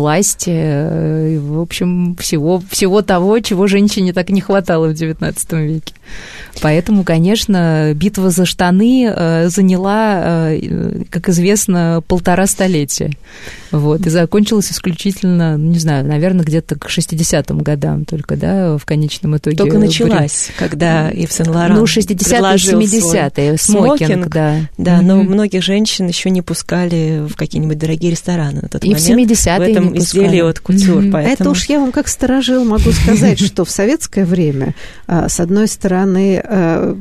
[SPEAKER 3] власти, в общем, всего, всего того, чего женщине так не хватало в девятнадцатом веке. Поэтому, конечно, битва за штаны заняла, как известно, полтора столетия. Вот, и закончилась исключительно, не знаю, наверное, где-то к шестидесятым годам только, да, в конечном итоге.
[SPEAKER 4] Только началась, когда Ив Сен-Лоран
[SPEAKER 3] ну, шестидесятые, семидесятые, смокинг, смокинг, да.
[SPEAKER 4] Да, mm-hmm. но многих женщин еще не пускали в какие-нибудь дорогие рестораны на тот
[SPEAKER 3] и
[SPEAKER 4] момент.
[SPEAKER 3] И в семидесятые
[SPEAKER 4] в этом изделии от кутюр.
[SPEAKER 2] Mm-hmm. Поэтому... Это уж я вам как старожил могу сказать, что в советское время, с одной стороны, И э,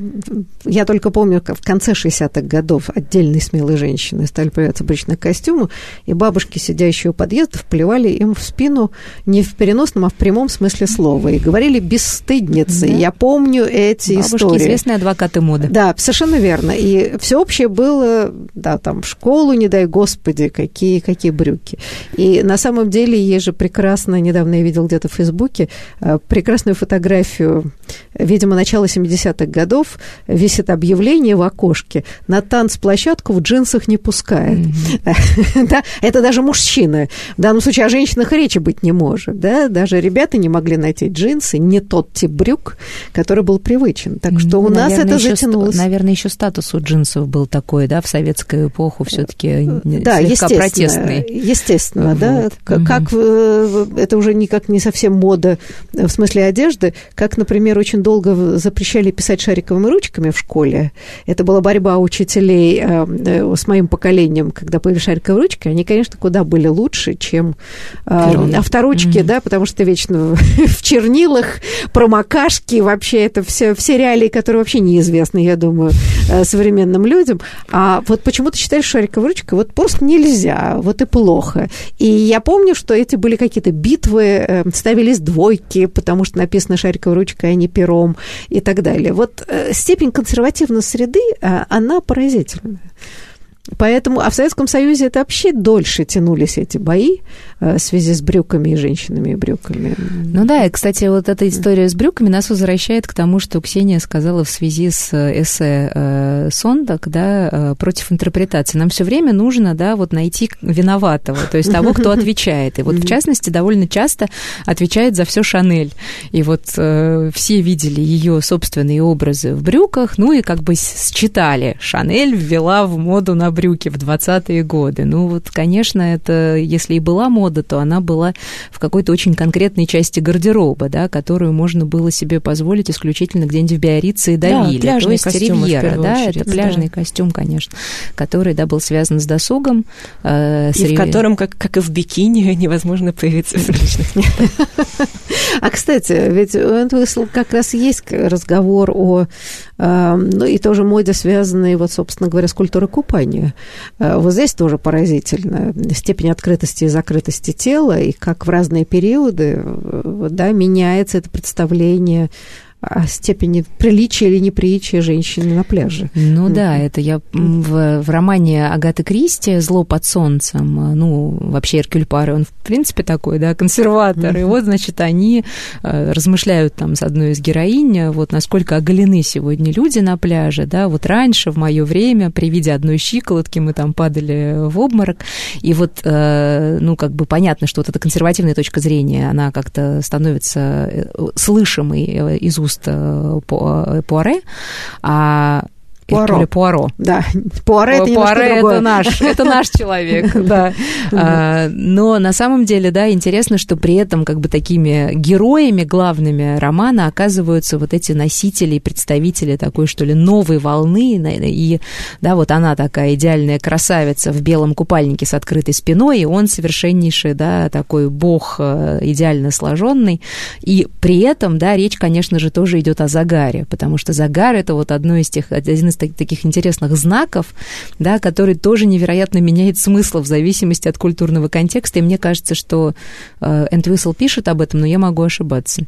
[SPEAKER 2] я только помню, как в конце шестидесятых годов отдельные смелые женщины стали появляться в брючных костюмах, и бабушки, сидящие у подъездов, плевали им в спину не в переносном, а в прямом смысле слова. И говорили «бесстыдницы». Да. Я помню эти
[SPEAKER 3] бабушки,
[SPEAKER 2] истории.
[SPEAKER 3] Бабушки, известные адвокаты моды.
[SPEAKER 2] Да, совершенно верно. И всеобщее было, да, там, в школу, не дай господи, какие, какие брюки. И на самом деле есть же прекрасно, недавно я видел где-то в Фейсбуке, прекрасную фотографию, видимо, начала семидесятых годов, висит объявление в окошке: на танцплощадку в джинсах не пускает. Mm-hmm. Да, это даже мужчина. В данном случае о женщинах речи быть не может. Да? Даже ребята не могли найти джинсы, не тот тип брюк, который был привычен. Так что у наверное, нас это затянулось.
[SPEAKER 3] Ст- наверное, еще статус у джинсов был такой, да, в советскую эпоху все-таки
[SPEAKER 2] да,
[SPEAKER 3] слегка протестный.
[SPEAKER 2] Естественно, вот. Да. Mm-hmm. Как, это уже никак не совсем мода в смысле одежды, как, например, очень долго запрещали писать шариковыми ручками в школе. Это была борьба учителей э, с моим поколением, когда появились шариковые ручки. Они, конечно, куда были лучше, чем э, авторучки, mm-hmm. да, потому что вечно в чернилах, промокашки, вообще это все, все реалии, которые вообще неизвестны, я думаю, современным людям. А вот почему-то считаешь, что шариковая ручка вот просто нельзя, вот и плохо. И я помню, что эти были какие-то битвы, ставились двойки, потому что написано шариковой ручкой, а не пером и так далее. Вот степень консервативности среды, она поразительная. Поэтому, а в Советском Союзе это вообще дольше тянулись эти бои в связи с брюками и женщинами и брюками.
[SPEAKER 3] Ну да, и, кстати, вот эта история с брюками нас возвращает к тому, что Ксения сказала в связи с эссе э, Сондак, да, против интерпретации. Нам все время нужно, да, вот найти виноватого, то есть того, кто отвечает. И вот, в частности, довольно часто отвечает за все Шанель. И вот э, все видели ее собственные образы в брюках, ну и как бы считали, Шанель ввела в моду на брюки в двадцатые годы. Ну вот, конечно, это, если и была мода, то она была в какой-то очень конкретной части гардероба, да, которую можно было себе позволить исключительно где-нибудь в Биаррице и Давиле.
[SPEAKER 4] Да,
[SPEAKER 3] то есть ривьера, да,
[SPEAKER 4] очередь,
[SPEAKER 3] это пляжный да. костюм, конечно, который, да, был связан с досугом.
[SPEAKER 4] Э, с и рив... в котором, как, как и в бикини, невозможно появиться в приличных местах.
[SPEAKER 2] А, кстати, ведь как раз есть разговор о, ну, и тоже моде, связанной, вот, собственно говоря, с культурой купания. Вот здесь тоже поразительно степень открытости и закрытости тела, и как в разные периоды, да, меняется это представление о степени приличия или неприличия женщины на пляже.
[SPEAKER 3] Ну mm-hmm. да, это я в, в романе Агаты Кристи «Зло под солнцем», ну, вообще Эркюль Пуаро, он, в принципе, такой, да, консерватор, mm-hmm. и вот, значит, они размышляют там с одной из героинь, вот насколько оголены сегодня люди на пляже, да, вот раньше, в мое время, при виде одной щиколотки мы там падали в обморок, и вот, ну, как бы понятно, что вот эта консервативная точка зрения, она как-то становится слышимой из уст Пуаре, а
[SPEAKER 2] Пуаро.
[SPEAKER 3] Пуаро.
[SPEAKER 2] Да, Пуаро это
[SPEAKER 3] Пуаро
[SPEAKER 2] немножко другое.
[SPEAKER 3] Это наш, это наш человек, да. А, но на самом деле, да, интересно, что при этом как бы такими героями главными романа оказываются вот эти носители и представители такой, что ли, новой волны, и, да, вот она такая идеальная красавица в белом купальнике с открытой спиной, и он совершеннейший, да, такой бог идеально сложенный, и при этом, да, речь, конечно же, тоже идет о загаре, потому что загар — это вот одно из тех, один из таких интересных знаков, да, который тоже невероятно меняет смысл в зависимости от культурного контекста. И мне кажется, что э, Entwistle пишет об этом, но я могу ошибаться.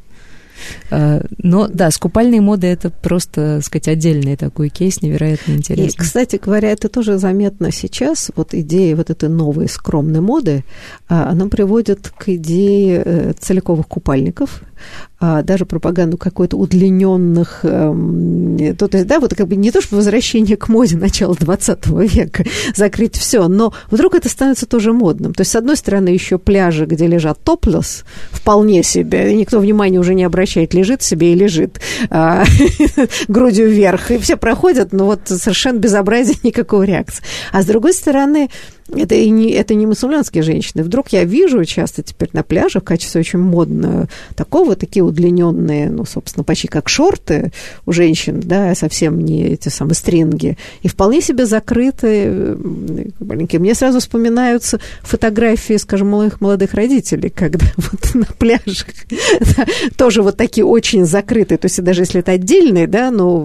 [SPEAKER 3] Э, но, да, с купальной модой это просто, так сказать, отдельный такой кейс, невероятно интересный.
[SPEAKER 2] И, кстати говоря, это тоже заметно сейчас. Вот идея вот этой новой скромной моды, она приводит к идее целиковых купальников, даже пропаганду какой-то удлиненных, то, то есть, да, вот как бы не то, что возвращение к моде начала двадцатого века, закрыть все, но вдруг это становится тоже модным. То есть, с одной стороны, еще пляжи, где лежат топлесс, вполне себе, и никто внимания уже не обращает, лежит себе и лежит а, грудью вверх, и все проходят, но вот совершенно безобразие, никакой реакции. А с другой стороны, Это, и не, это не мусульманские женщины. Вдруг я вижу часто теперь на пляже в качестве очень модного такого, такие удлиненные, ну, собственно, почти как шорты у женщин, да, совсем не эти самые стринги, и вполне себе закрытые купальники. Мне сразу вспоминаются фотографии, скажем, моих молодых родителей, когда вот на пляжах тоже вот такие очень закрытые, то есть даже если это отдельные, да, но,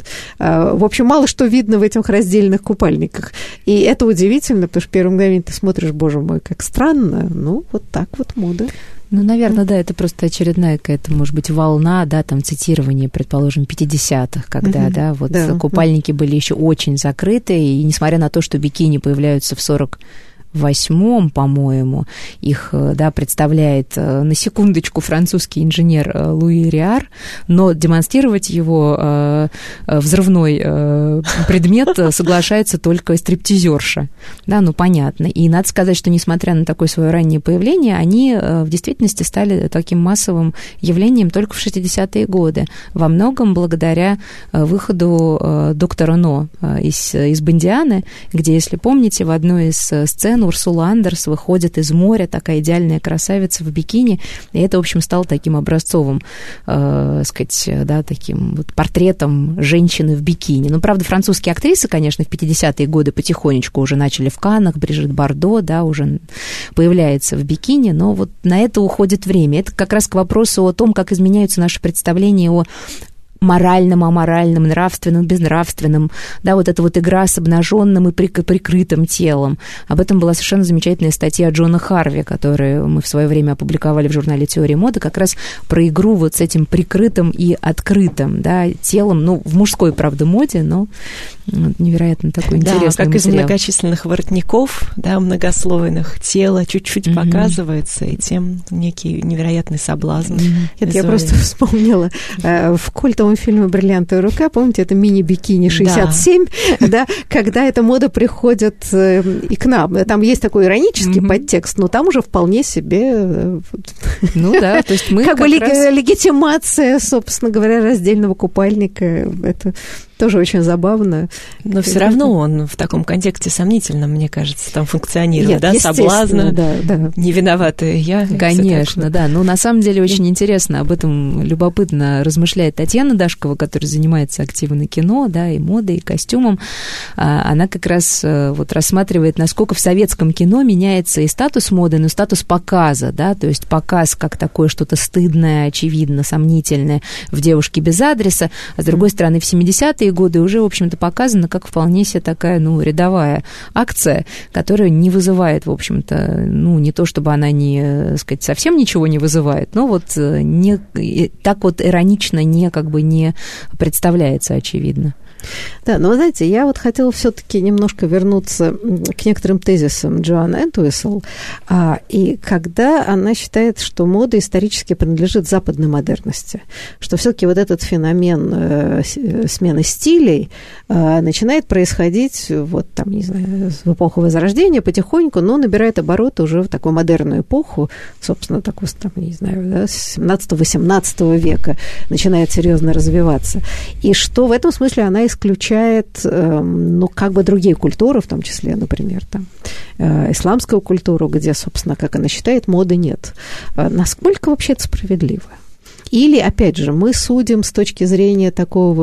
[SPEAKER 2] в общем, мало что видно в этих раздельных купальниках. И это удивительно, потому что в первое мгновение ты смотришь, боже мой, как странно. Ну, вот так вот мода.
[SPEAKER 3] Ну, наверное, да, это просто очередная какая-то, может быть, волна, да, там, цитирование, предположим, пятидесятых, когда, mm-hmm. да, вот да. купальники были еще очень закрыты, и несмотря на то, что бикини появляются в сорок восьмом, по-моему, их, да, представляет на секундочку французский инженер Луи Риар, но демонстрировать его взрывной предмет соглашается только стриптизерша. Да, ну, понятно. И надо сказать, что, несмотря на такое свое раннее появление, они в действительности стали таким массовым явлением только в шестидесятые годы. Во многом благодаря выходу доктора Но из, из Бондианы, где, если помните, в одной из сцен Урсула Андерс выходит из моря, такая идеальная красавица в бикини, и это, в общем, стало таким образцовым, э, сказать, да, таким вот портретом женщины в бикини. Ну, правда, французские актрисы, конечно, в пятидесятые годы потихонечку уже начали в Каннах, Брижит Бардо, да, уже появляется в бикини, но вот на это уходит время. Это как раз к вопросу о том, как изменяются наши представления о моральным, аморальным, нравственным, безнравственным, да, вот эта вот игра с обнаженным и прикрытым телом. Об этом была совершенно замечательная статья Джона Харви, которую мы в свое время опубликовали в журнале «Теория моды», как раз про игру вот с этим прикрытым и открытым, да, телом, ну, в мужской, правда, моде, но невероятно такой интересный
[SPEAKER 4] да, как
[SPEAKER 3] материал.
[SPEAKER 4] Из многочисленных воротников, да, многослойных, тело чуть-чуть mm-hmm. показывается, и тем некий невероятный соблазн.
[SPEAKER 2] Mm-hmm. Это я просто вспомнила э, в культовом фильме «Бриллиантовая рука», помните, это мини-бикини шестьдесят семь, да. да, когда эта мода приходит э, и к нам. Там есть такой иронический mm-hmm. подтекст, но там уже вполне себе э,
[SPEAKER 3] ну да, то есть мы
[SPEAKER 2] как,
[SPEAKER 3] как
[SPEAKER 2] бы
[SPEAKER 3] раз...
[SPEAKER 2] легитимация, собственно говоря, раздельного купальника. Это тоже очень забавно.
[SPEAKER 4] Но все равно он в таком контексте сомнительно, мне кажется, там функционирует,
[SPEAKER 2] Нет,
[SPEAKER 4] да, соблазн,
[SPEAKER 2] да, да.
[SPEAKER 4] невиноватая я.
[SPEAKER 3] Конечно, да. Но на самом деле очень интересно, об этом любопытно размышляет Татьяна Дашкова, которая занимается активно кино, да, и модой, и костюмом. Она как раз вот рассматривает, насколько в советском кино меняется и статус моды, но и статус показа, да, то есть показ как такое что-то стыдное, очевидно, сомнительное в «Девушке без адреса», а с другой стороны, в семидесятые годы уже, в общем-то, показано как вполне себе такая, ну, рядовая акция, которая не вызывает, в общем-то, ну, не то чтобы она не, так сказать, совсем ничего не вызывает, но вот не, так вот иронично не, как бы не представляется, очевидно.
[SPEAKER 2] Да, но вы знаете, я вот хотела все-таки немножко вернуться к некоторым тезисам Джоан Энтуисл, а, и когда она считает, что мода исторически принадлежит западной модерности, что все-таки вот этот феномен э, смены стилей э, начинает происходить вот там, не знаю, в эпоху Возрождения потихоньку, но набирает обороты уже в такую модерную эпоху, собственно, такую, там, не знаю, да, с семнадцатого-восемнадцатого века начинает серьезно развиваться. И что в этом смысле она исключает, ну, как бы другие культуры, в том числе, например, там, исламскую культуру, где, собственно, как она считает, моды нет. Насколько вообще это справедливо? Или, опять же, мы судим с точки зрения такого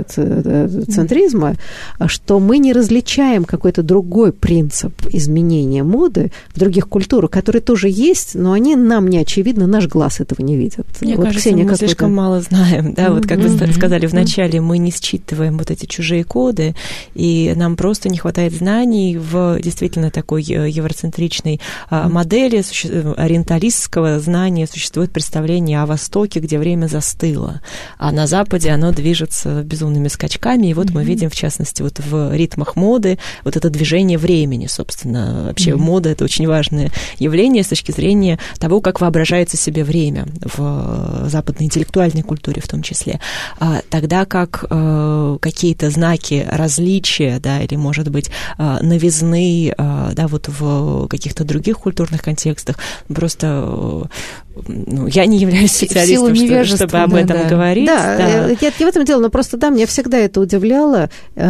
[SPEAKER 2] евроцентризма, что мы не различаем какой-то другой принцип изменения моды в других культурах, которые тоже есть, но они нам не очевидны, наш глаз этого не видит.
[SPEAKER 4] Мне
[SPEAKER 2] вот,
[SPEAKER 4] кажется,
[SPEAKER 2] Ксения,
[SPEAKER 4] мы слишком мало знаем. Да, mm-hmm. вот как вы mm-hmm. сказали вначале, мы не считываем вот эти чужие коды, и нам просто не хватает знаний в действительно такой евроцентричной mm-hmm. модели, ориенталистского знания. Существует представление о Востоке, где время застыло, а на Западе оно движется безумными скачками, и вот mm-hmm. мы видим, в частности, вот в ритмах моды вот это движение времени, собственно. Вообще mm-hmm. мода — это очень важное явление с точки зрения того, как воображается себе время в западной интеллектуальной культуре в том числе. А, тогда как э, какие-то знаки различия, да, или, может быть, э, новизны, э, да, вот в каких-то других культурных контекстах, просто... Э, ну, я не являюсь специалистом, что, чтобы об этом
[SPEAKER 2] да.
[SPEAKER 4] говорить.
[SPEAKER 2] Да, да. Я, не в этом дело, но просто, да, меня всегда это удивляло,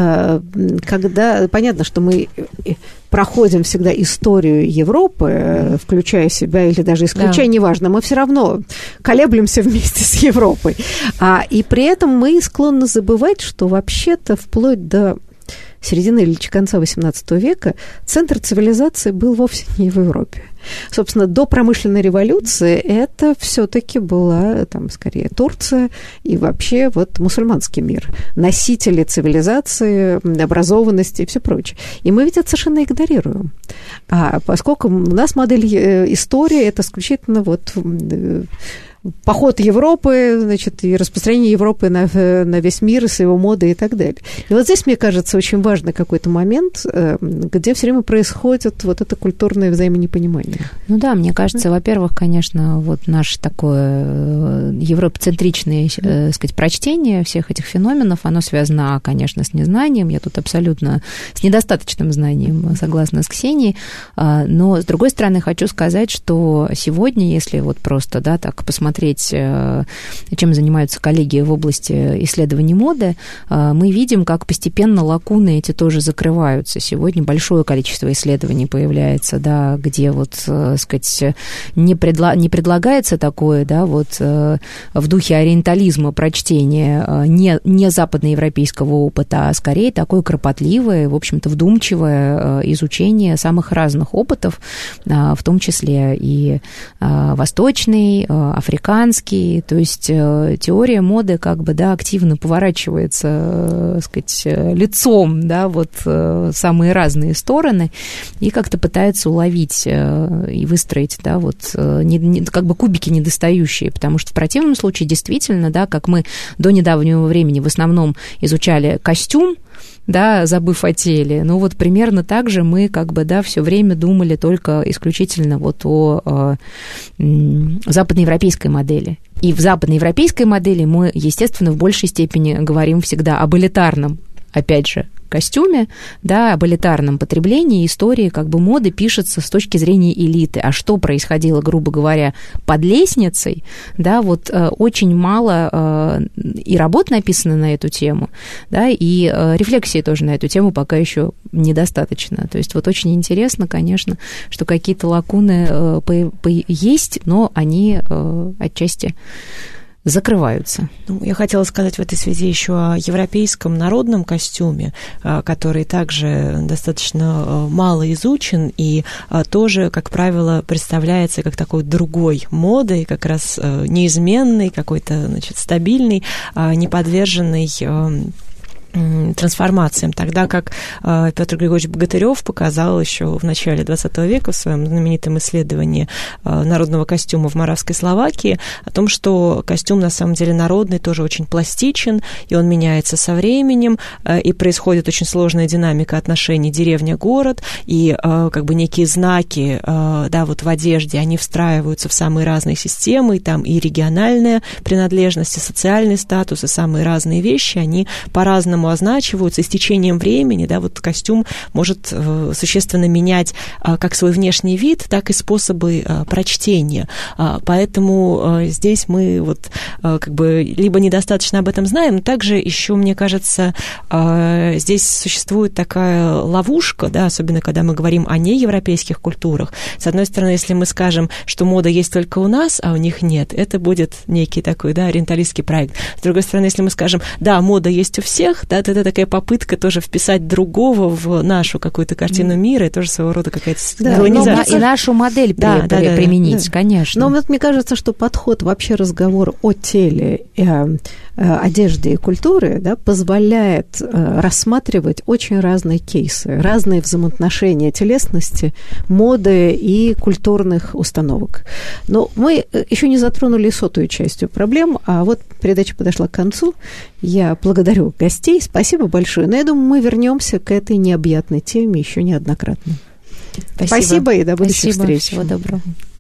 [SPEAKER 2] когда, понятно, что мы проходим всегда историю Европы, включая себя или даже исключая, да. неважно, мы все равно колеблемся вместе с Европой. А, и при этом мы склонны забывать, что вообще-то вплоть до середины или конца восемнадцатого века центр цивилизации был вовсе не в Европе. Собственно, до промышленной революции это все-таки была, там, скорее, Турция и вообще вот мусульманский мир, носители цивилизации, образованности и все прочее. И мы ведь это совершенно игнорируем. А поскольку у нас модель истории это исключительно вот поход Европы, значит, и распространение Европы на, на весь мир с его модой и так далее. И вот здесь, мне кажется, очень важный какой-то момент, где все время происходит вот это культурное взаимонепонимание.
[SPEAKER 3] Ну да, мне кажется, mm. во-первых, конечно, вот наше такое европоцентричное, mm. сказать, прочтение всех этих феноменов, оно связано, конечно, с незнанием, я тут абсолютно с недостаточным знанием согласна с Ксенией, но, с другой стороны, хочу сказать, что сегодня, если вот просто, да, так посмотреть, чем занимаются коллеги в области исследований моды, мы видим, как постепенно лакуны эти тоже закрываются. Сегодня большое количество исследований появляется, да, где вот, сказать, не, предла- не предлагается такое, да, вот в духе ориентализма прочтение не, не западноевропейского опыта, а скорее такое кропотливое, в общем-то, вдумчивое изучение самых разных опытов, в том числе и восточный, африканский, американский, то есть теория моды как бы, да, активно поворачивается, так сказать, лицом, да, вот самые разные стороны и как-то пытается уловить и выстроить, да, вот не, не, как бы кубики недостающие, потому что в противном случае действительно, да, как мы до недавнего времени в основном изучали костюм, да, забыв о теле. Ну, вот примерно так же мы как бы, да, все время думали только исключительно вот о, о западноевропейской модели. И в западноевропейской модели мы, естественно, в большей степени говорим всегда об элитарном, опять же, костюме, да, об элитарном потреблении, истории как бы моды пишется с точки зрения элиты. А что происходило, грубо говоря, под лестницей, да, вот э, очень мало э, и работ написано на эту тему, да, и э, рефлексии тоже на эту тему пока еще недостаточно. То есть вот очень интересно, конечно, что какие-то лакуны э, по, по, есть, но они э, отчасти закрываются.
[SPEAKER 4] Ну, я хотела сказать в этой связи еще о европейском народном костюме, который также достаточно мало изучен и тоже, как правило, представляется как такой другой модой, как раз неизменной, какой-то, значит, стабильный, не подверженный трансформациям, тогда как э, Петр Григорьевич Богатырев показал еще в начале двадцатого века в своем знаменитом исследовании э, народного костюма в Моравской Словакии о том, что костюм на самом деле народный тоже очень пластичен, и он меняется со временем, э, и происходит очень сложная динамика отношений деревня-город, и э, как бы некие знаки, э, да, вот в одежде, они встраиваются в самые разные системы, и там и региональная принадлежность, и социальный статус, и самые разные вещи, они по-разному означиваются, и с течением времени, да, вот костюм может э, существенно менять э, как свой внешний вид, так и способы э, прочтения. Э, поэтому э, здесь мы вот э, как бы либо недостаточно об этом знаем, но также еще, мне кажется, э, здесь существует такая ловушка, да, особенно когда мы говорим о неевропейских культурах. С одной стороны, если мы скажем, что мода есть только у нас, а у них нет, это будет некий такой, да, ориенталистский проект. С другой стороны, если мы скажем, да, мода есть у всех, да, это такая попытка тоже вписать другого в нашу какую-то картину мира, и тоже своего рода какая-то
[SPEAKER 2] да,
[SPEAKER 3] колонизация. И нашу модель да, при, да, да, применить, да. Конечно.
[SPEAKER 2] Но вот мне кажется, что подход, вообще разговор о теле, э, э, одежде и культуре, да, позволяет э, рассматривать очень разные кейсы, разные взаимоотношения телесности, моды и культурных установок. Но мы еще не затронули сотую частью проблем, а вот передача подошла к концу. Я благодарю гостей. Спасибо большое. Но я думаю, мы вернемся к этой необъятной теме еще неоднократно.
[SPEAKER 3] Спасибо,
[SPEAKER 2] Спасибо и до будущих
[SPEAKER 3] Спасибо.
[SPEAKER 2] встреч.
[SPEAKER 3] Всего доброго.